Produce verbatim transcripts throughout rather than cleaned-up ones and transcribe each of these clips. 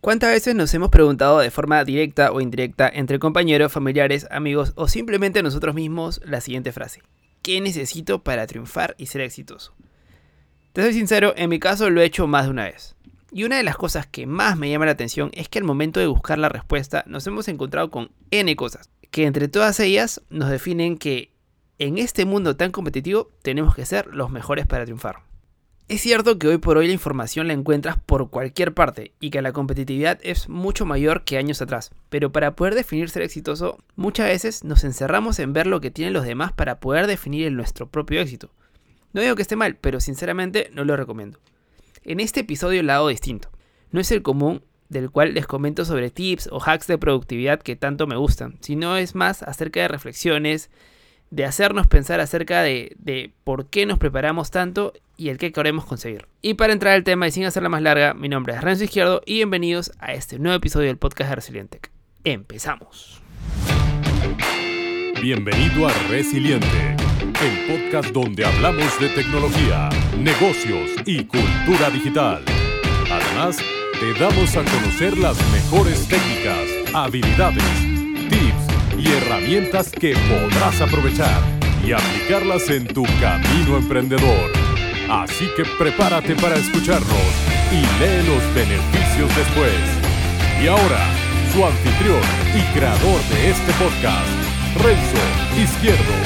¿Cuántas veces nos hemos preguntado de forma directa o indirecta entre compañeros, familiares, amigos o simplemente nosotros mismos la siguiente frase? ¿Qué necesito para triunfar y ser exitoso? Te soy sincero, en mi caso lo he hecho más de una vez. Y una de las cosas que más me llama la atención es que al momento de buscar la respuesta nos hemos encontrado con N cosas, que entre todas ellas nos definen que en este mundo tan competitivo tenemos que ser los mejores para triunfar. Es cierto que hoy por hoy la información la encuentras por cualquier parte y que la competitividad es mucho mayor que años atrás, pero para poder definir ser exitoso, muchas veces nos encerramos en ver lo que tienen los demás para poder definir el nuestro propio éxito. No digo que esté mal, pero sinceramente no lo recomiendo. En este episodio lo hago distinto. No es el común del cual les comento sobre tips o hacks de productividad que tanto me gustan, sino es más acerca de reflexiones, de hacernos pensar acerca de, de por qué nos preparamos tanto y el qué queremos conseguir. Y para entrar al tema y sin hacerla más larga, mi nombre es Renzo Izquierdo y bienvenidos a este nuevo episodio del podcast de Resilientec. ¡Empezamos! Bienvenido a Resiliente, el podcast donde hablamos de tecnología, negocios y cultura digital. Además, te damos a conocer las mejores técnicas, habilidades, tips y herramientas que podrás aprovechar y aplicarlas en tu camino emprendedor. Así que prepárate para escucharnos y lee los beneficios después. Y ahora, su anfitrión y creador de este podcast, Renzo Izquierdo.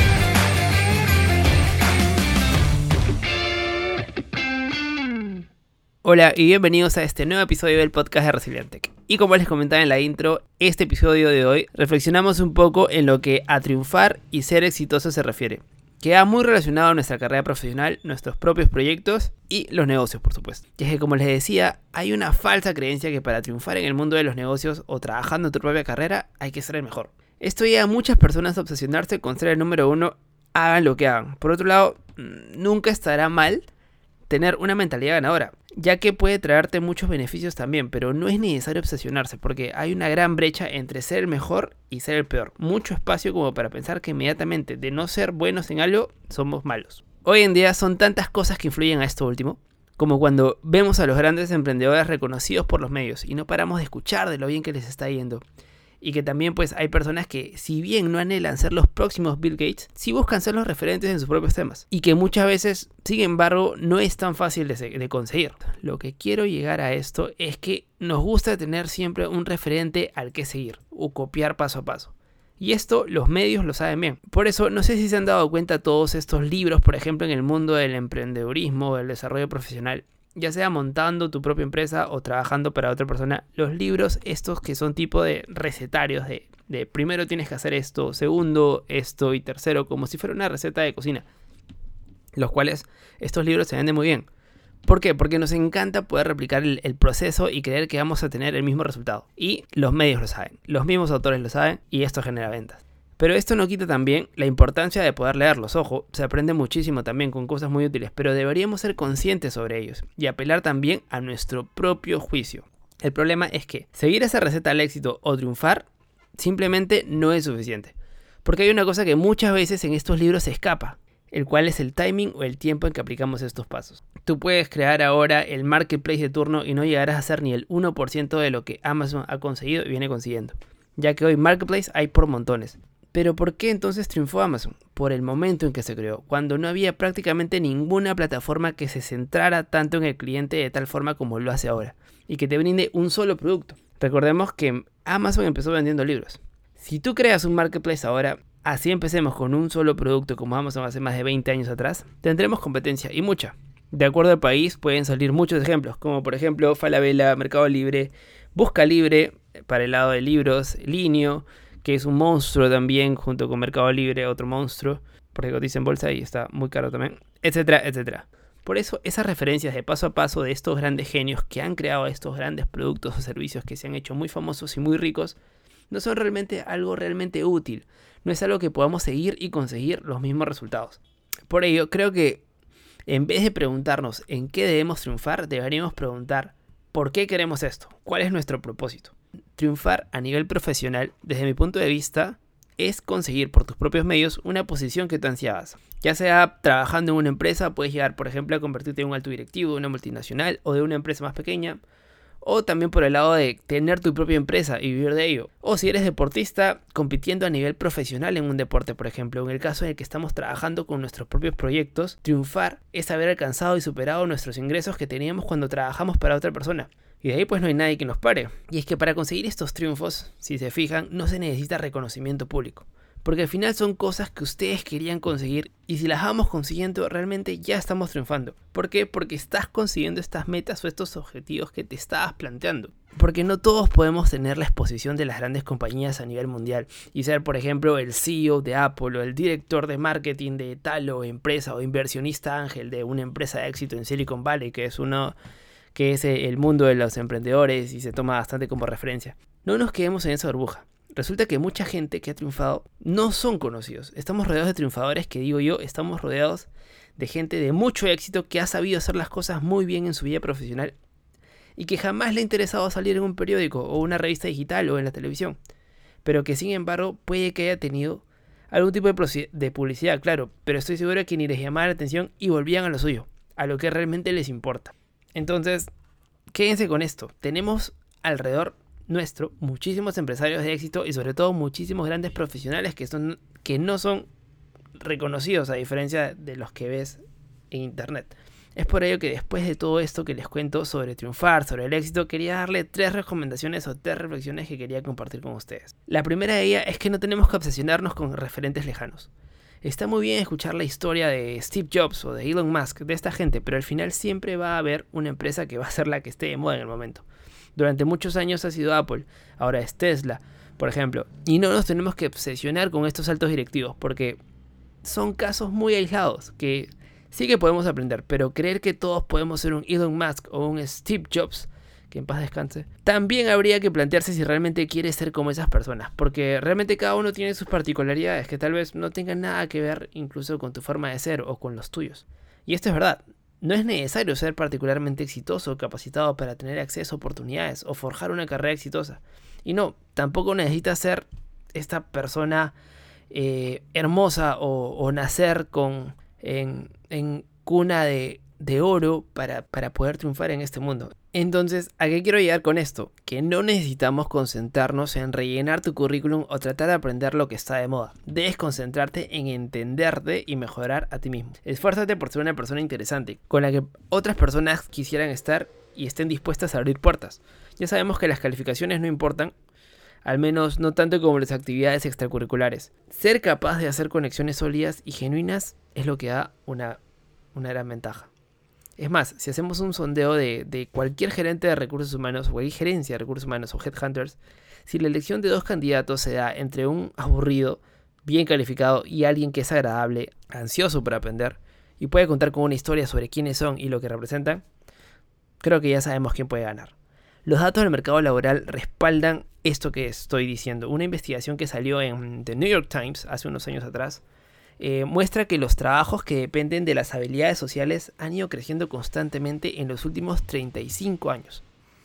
Hola y bienvenidos a este nuevo episodio del podcast de Resilientec. Y como les comentaba en la intro, este episodio de hoy reflexionamos un poco en lo que a triunfar y ser exitoso se refiere. Queda muy relacionado a nuestra carrera profesional, nuestros propios proyectos y los negocios, por supuesto. Y es que, como les decía, hay una falsa creencia que para triunfar en el mundo de los negocios o trabajando en tu propia carrera hay que ser el mejor. Esto lleva a muchas personas a obsesionarse con ser el número uno, hagan lo que hagan. Por otro lado, nunca estará mal tener una mentalidad ganadora, ya que puede traerte muchos beneficios también, pero no es necesario obsesionarse porque hay una gran brecha entre ser el mejor y ser el peor. Mucho espacio como para pensar que inmediatamente de no ser buenos en algo, somos malos. Hoy en día son tantas cosas que influyen a esto último, como cuando vemos a los grandes emprendedores reconocidos por los medios y no paramos de escuchar de lo bien que les está yendo. Y que también pues hay personas que, si bien no anhelan ser los próximos Bill Gates, sí buscan ser los referentes en sus propios temas. Y que muchas veces, sin embargo, no es tan fácil de, de conseguir. Lo que quiero llegar a esto es que nos gusta tener siempre un referente al que seguir o copiar paso a paso. Y esto los medios lo saben bien. Por eso, no sé si se han dado cuenta todos estos libros, por ejemplo, en el mundo del emprendedurismo o del desarrollo profesional, ya sea montando tu propia empresa o trabajando para otra persona, los libros estos que son tipo de recetarios de, de primero tienes que hacer esto, segundo esto y tercero, como si fuera una receta de cocina, los cuales estos libros se venden muy bien. ¿Por qué? Porque nos encanta poder replicar el, el proceso y creer que vamos a tener el mismo resultado. Y los medios lo saben, los mismos autores lo saben y esto genera ventas. Pero esto no quita también la importancia de poder leerlos. Ojo, se aprende muchísimo también con cosas muy útiles, pero deberíamos ser conscientes sobre ellos y apelar también a nuestro propio juicio. El problema es que seguir esa receta al éxito o triunfar simplemente no es suficiente. Porque hay una cosa que muchas veces en estos libros se escapa, el cual es el timing o el tiempo en que aplicamos estos pasos. Tú puedes crear ahora el marketplace de turno y no llegarás a hacer ni el uno por ciento de lo que Amazon ha conseguido y viene consiguiendo, ya que hoy marketplace hay por montones. Pero ¿por qué entonces triunfó Amazon? Por el momento en que se creó, cuando no había prácticamente ninguna plataforma que se centrara tanto en el cliente de tal forma como lo hace ahora, y que te brinde un solo producto. Recordemos que Amazon empezó vendiendo libros. Si tú creas un marketplace ahora, así empecemos con un solo producto como Amazon hace más de veinte años atrás, tendremos competencia y mucha. De acuerdo al país pueden salir muchos ejemplos, como por ejemplo Falabella, Mercado Libre, Busca Libre para el lado de libros, Linio, que es un monstruo también, junto con Mercado Libre, otro monstruo, porque cotiza en bolsa y está muy caro también, etcétera, etcétera. Por eso, esas referencias de paso a paso de estos grandes genios que han creado estos grandes productos o servicios que se han hecho muy famosos y muy ricos, no son realmente algo realmente útil. No es algo que podamos seguir y conseguir los mismos resultados. Por ello, creo que en vez de preguntarnos en qué debemos triunfar, deberíamos preguntar ¿por qué queremos esto? ¿Cuál es nuestro propósito? Triunfar a nivel profesional, desde mi punto de vista, es conseguir por tus propios medios una posición que tú ansiabas. Ya sea trabajando en una empresa, puedes llegar, por ejemplo, a convertirte en un alto directivo de una multinacional o de una empresa más pequeña, O también por el lado de tener tu propia empresa y vivir de ello. O si eres deportista, compitiendo a nivel profesional en un deporte, por ejemplo. En el caso en el que estamos trabajando con nuestros propios proyectos, triunfar es haber alcanzado y superado nuestros ingresos que teníamos cuando trabajamos para otra persona. Y de ahí pues no hay nadie que nos pare. Y es que para conseguir estos triunfos, si se fijan, no se necesita reconocimiento público. Porque al final son cosas que ustedes querían conseguir y si las vamos consiguiendo realmente ya estamos triunfando. ¿Por qué? Porque estás consiguiendo estas metas o estos objetivos que te estabas planteando. Porque no todos podemos tener la exposición de las grandes compañías a nivel mundial y ser, por ejemplo, el C E O de Apple o el director de marketing de tal o empresa o inversionista ángel de una empresa de éxito en Silicon Valley, que es uno que es el mundo de los emprendedores y se toma bastante como referencia. No nos quedemos en esa burbuja. Resulta que mucha gente que ha triunfado no son conocidos. Estamos rodeados de triunfadores que, digo yo, estamos rodeados de gente de mucho éxito que ha sabido hacer las cosas muy bien en su vida profesional y que jamás le ha interesado salir en un periódico o una revista digital o en la televisión, pero que sin embargo puede que haya tenido algún tipo de, de publicidad, claro, pero estoy seguro que ni les llamaba la atención y volvían a lo suyo, a lo que realmente les importa. Entonces, quédense con esto. Tenemos alrededor nuestro muchísimos empresarios de éxito y sobre todo muchísimos grandes profesionales que, son, que no son reconocidos a diferencia de los que ves en internet. Es por ello que después de todo esto que les cuento sobre triunfar, sobre el éxito, quería darle tres recomendaciones o tres reflexiones que quería compartir con ustedes. La primera de ellas es que no tenemos que obsesionarnos con referentes lejanos. Está muy bien escuchar la historia de Steve Jobs o de Elon Musk, de esta gente, pero al final siempre va a haber una empresa que va a ser la que esté de moda en el momento. Durante muchos años ha sido Apple, ahora es Tesla, por ejemplo. Y no nos tenemos que obsesionar con estos altos directivos, porque son casos muy aislados, que sí que podemos aprender, pero creer que todos podemos ser un Elon Musk o un Steve Jobs, que en paz descanse, también habría que plantearse si realmente quieres ser como esas personas, porque realmente cada uno tiene sus particularidades que tal vez no tengan nada que ver incluso con tu forma de ser o con los tuyos. Y esto es verdad. No es necesario ser particularmente exitoso o capacitado para tener acceso a oportunidades o forjar una carrera exitosa. Y no, tampoco necesitas ser esta persona eh, hermosa o, o nacer con, en, en cuna de, de oro para, para poder triunfar en este mundo. Entonces, ¿a qué quiero llegar con esto? Que no necesitamos concentrarnos en rellenar tu currículum o tratar de aprender lo que está de moda. Debes concentrarte en entenderte y mejorar a ti mismo. Esfuérzate por ser una persona interesante, con la que otras personas quisieran estar y estén dispuestas a abrir puertas. Ya sabemos que las calificaciones no importan, al menos no tanto como las actividades extracurriculares. Ser capaz de hacer conexiones sólidas y genuinas es lo que da una, una gran ventaja. Es más, si hacemos un sondeo de, de cualquier gerente de recursos humanos o cualquier gerencia de recursos humanos o headhunters, si la elección de dos candidatos se da entre un aburrido, bien calificado y alguien que es agradable, ansioso por aprender y puede contar con una historia sobre quiénes son y lo que representan, creo que ya sabemos quién puede ganar. Los datos del mercado laboral respaldan esto que estoy diciendo. Una investigación que salió en The New York Times hace unos años atrás Eh, muestra que los trabajos que dependen de las habilidades sociales han ido creciendo constantemente en los últimos treinta y cinco años.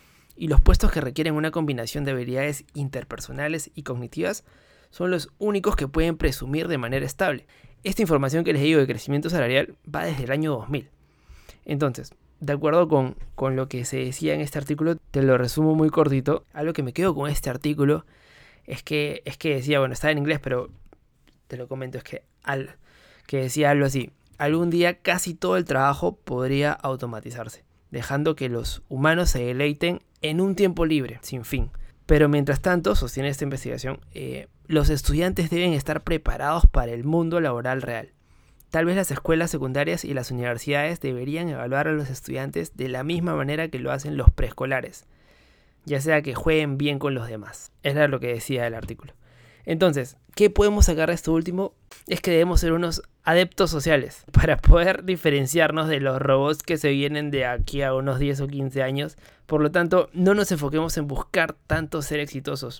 Y los puestos que requieren una combinación de habilidades interpersonales y cognitivas son los únicos que pueden presumir de manera estable. Esta información que les digo de crecimiento salarial va desde el año dos mil. Entonces, de acuerdo con, con lo que se decía en este artículo, te lo resumo muy cortito. Algo que me quedo con este artículo es que, es que decía, bueno, está en inglés, pero te lo comento, es que Al, que decía algo así: algún día casi todo el trabajo podría automatizarse, dejando que los humanos se deleiten en un tiempo libre, sin fin. Pero mientras tanto, sostiene esta investigación, eh, los estudiantes deben estar preparados para el mundo laboral real. Tal vez las escuelas secundarias y las universidades deberían evaluar a los estudiantes de la misma manera que lo hacen los preescolares, ya sea que jueguen bien con los demás. Era lo que decía el artículo. Entonces, ¿qué podemos sacar de esto último? Es que debemos ser unos adeptos sociales para poder diferenciarnos de los robots que se vienen de aquí a unos diez o quince años. Por lo tanto, no nos enfoquemos en buscar tanto ser exitosos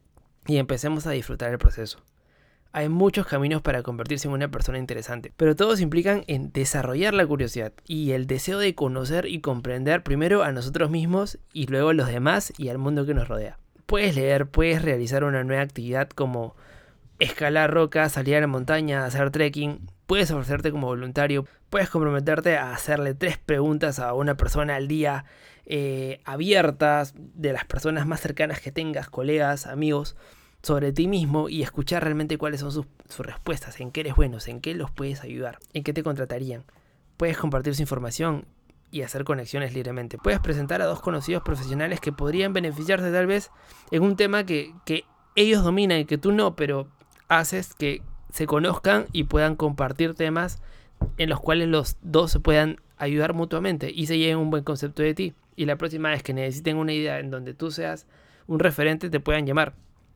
y empecemos a disfrutar el proceso. Hay muchos caminos para convertirse en una persona interesante, pero todos implican en desarrollar la curiosidad y el deseo de conocer y comprender primero a nosotros mismos y luego a los demás y al mundo que nos rodea. Puedes leer, puedes realizar una nueva actividad como escalar rocas, salir a la montaña, hacer trekking. Puedes ofrecerte como voluntario, puedes comprometerte a hacerle tres preguntas a una persona al día, eh, abiertas, de las personas más cercanas que tengas, colegas, amigos, sobre ti mismo, y escuchar realmente cuáles son sus, sus respuestas, en qué eres bueno, en qué los puedes ayudar, en qué te contratarían. Puedes compartir su información y hacer conexiones libremente. Puedes presentar a dos conocidos profesionales que podrían beneficiarse tal vez en un tema que, que ellos dominan y que tú no, pero haces que se conozcan y puedan compartir temas en los cuales los dos se puedan ayudar mutuamente y se lleven un buen concepto de ti. Y la próxima vez que necesiten una idea en donde tú seas un referente, te puedan llamar.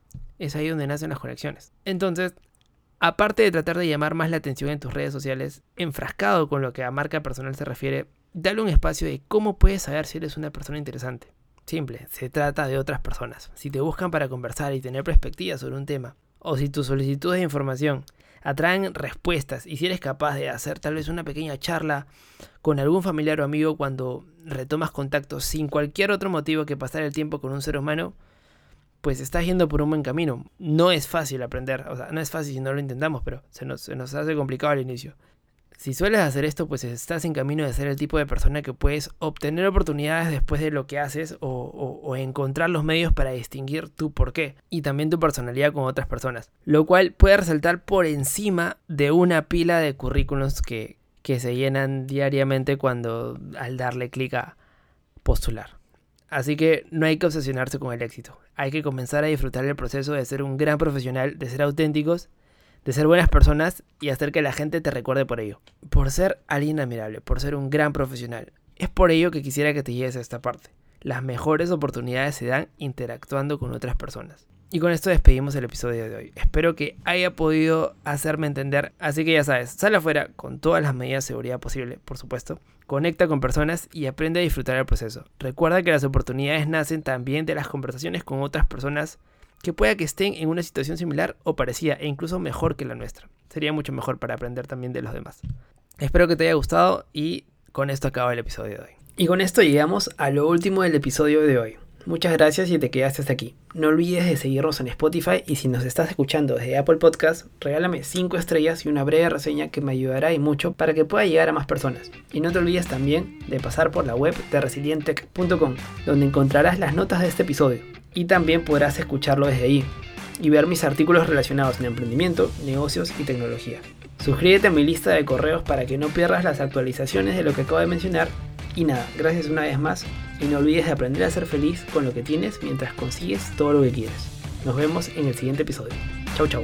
Es ahí donde nacen las conexiones. Entonces, aparte de tratar de llamar más la atención en tus redes sociales, enfrascado con lo que a marca personal se refiere, dale un espacio de cómo puedes saber si eres una persona interesante. Simple, se trata de otras personas. Si te buscan para conversar y tener perspectivas sobre un tema, o si tus solicitudes de información atraen respuestas, y si eres capaz de hacer tal vez una pequeña charla con algún familiar o amigo cuando retomas contacto sin cualquier otro motivo que pasar el tiempo con un ser humano, pues estás yendo por un buen camino. No es fácil aprender, o sea, no es fácil si no lo intentamos, pero se nos, se nos hace complicado al inicio. Si sueles hacer esto, pues estás en camino de ser el tipo de persona que puedes obtener oportunidades después de lo que haces o, o, o encontrar los medios para distinguir tu porqué y también tu personalidad con otras personas, lo cual puede resaltar por encima de una pila de currículums que, que se llenan diariamente cuando al darle clic a postular. Así que no hay que obsesionarse con el éxito, hay que comenzar a disfrutar el proceso de ser un gran profesional, de ser auténticos, de ser buenas personas y hacer que la gente te recuerde por ello. Por ser alguien admirable, por ser un gran profesional. Es por ello que quisiera que te llegues a esta parte. Las mejores oportunidades se dan interactuando con otras personas. Y con esto despedimos el episodio de hoy. Espero que haya podido hacerme entender. Así que ya sabes, sal afuera con todas las medidas de seguridad posible, por supuesto. Conecta con personas y aprende a disfrutar el proceso. Recuerda que las oportunidades nacen también de las conversaciones con otras personas que pueda que estén en una situación similar o parecida e incluso mejor que la nuestra. Sería mucho mejor para aprender también de los demás. Espero que te haya gustado y con esto acaba el episodio de hoy. Y con esto llegamos a lo último del episodio de hoy. Muchas gracias si te quedaste hasta aquí. No olvides de seguirnos en Spotify y si nos estás escuchando desde Apple Podcast, regálame cinco estrellas y una breve reseña que me ayudará y mucho para que pueda llegar a más personas. Y no te olvides también de pasar por la web de resilientech punto com, donde encontrarás las notas de este episodio. Y también podrás escucharlo desde ahí y ver mis artículos relacionados en emprendimiento, negocios y tecnología. Suscríbete a mi lista de correos para que no pierdas las actualizaciones de lo que acabo de mencionar. Y nada, gracias una vez más y no olvides de aprender a ser feliz con lo que tienes mientras consigues todo lo que quieres. Nos vemos en el siguiente episodio. Chau chau.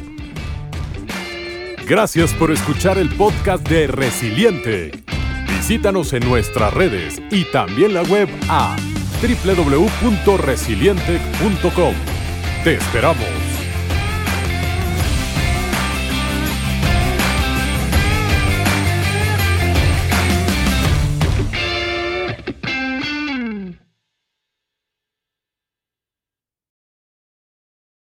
Gracias por escuchar el podcast de Resiliente. Visítanos en nuestras redes y también la web a doble u doble u doble u punto resilientech punto com. ¡Te esperamos!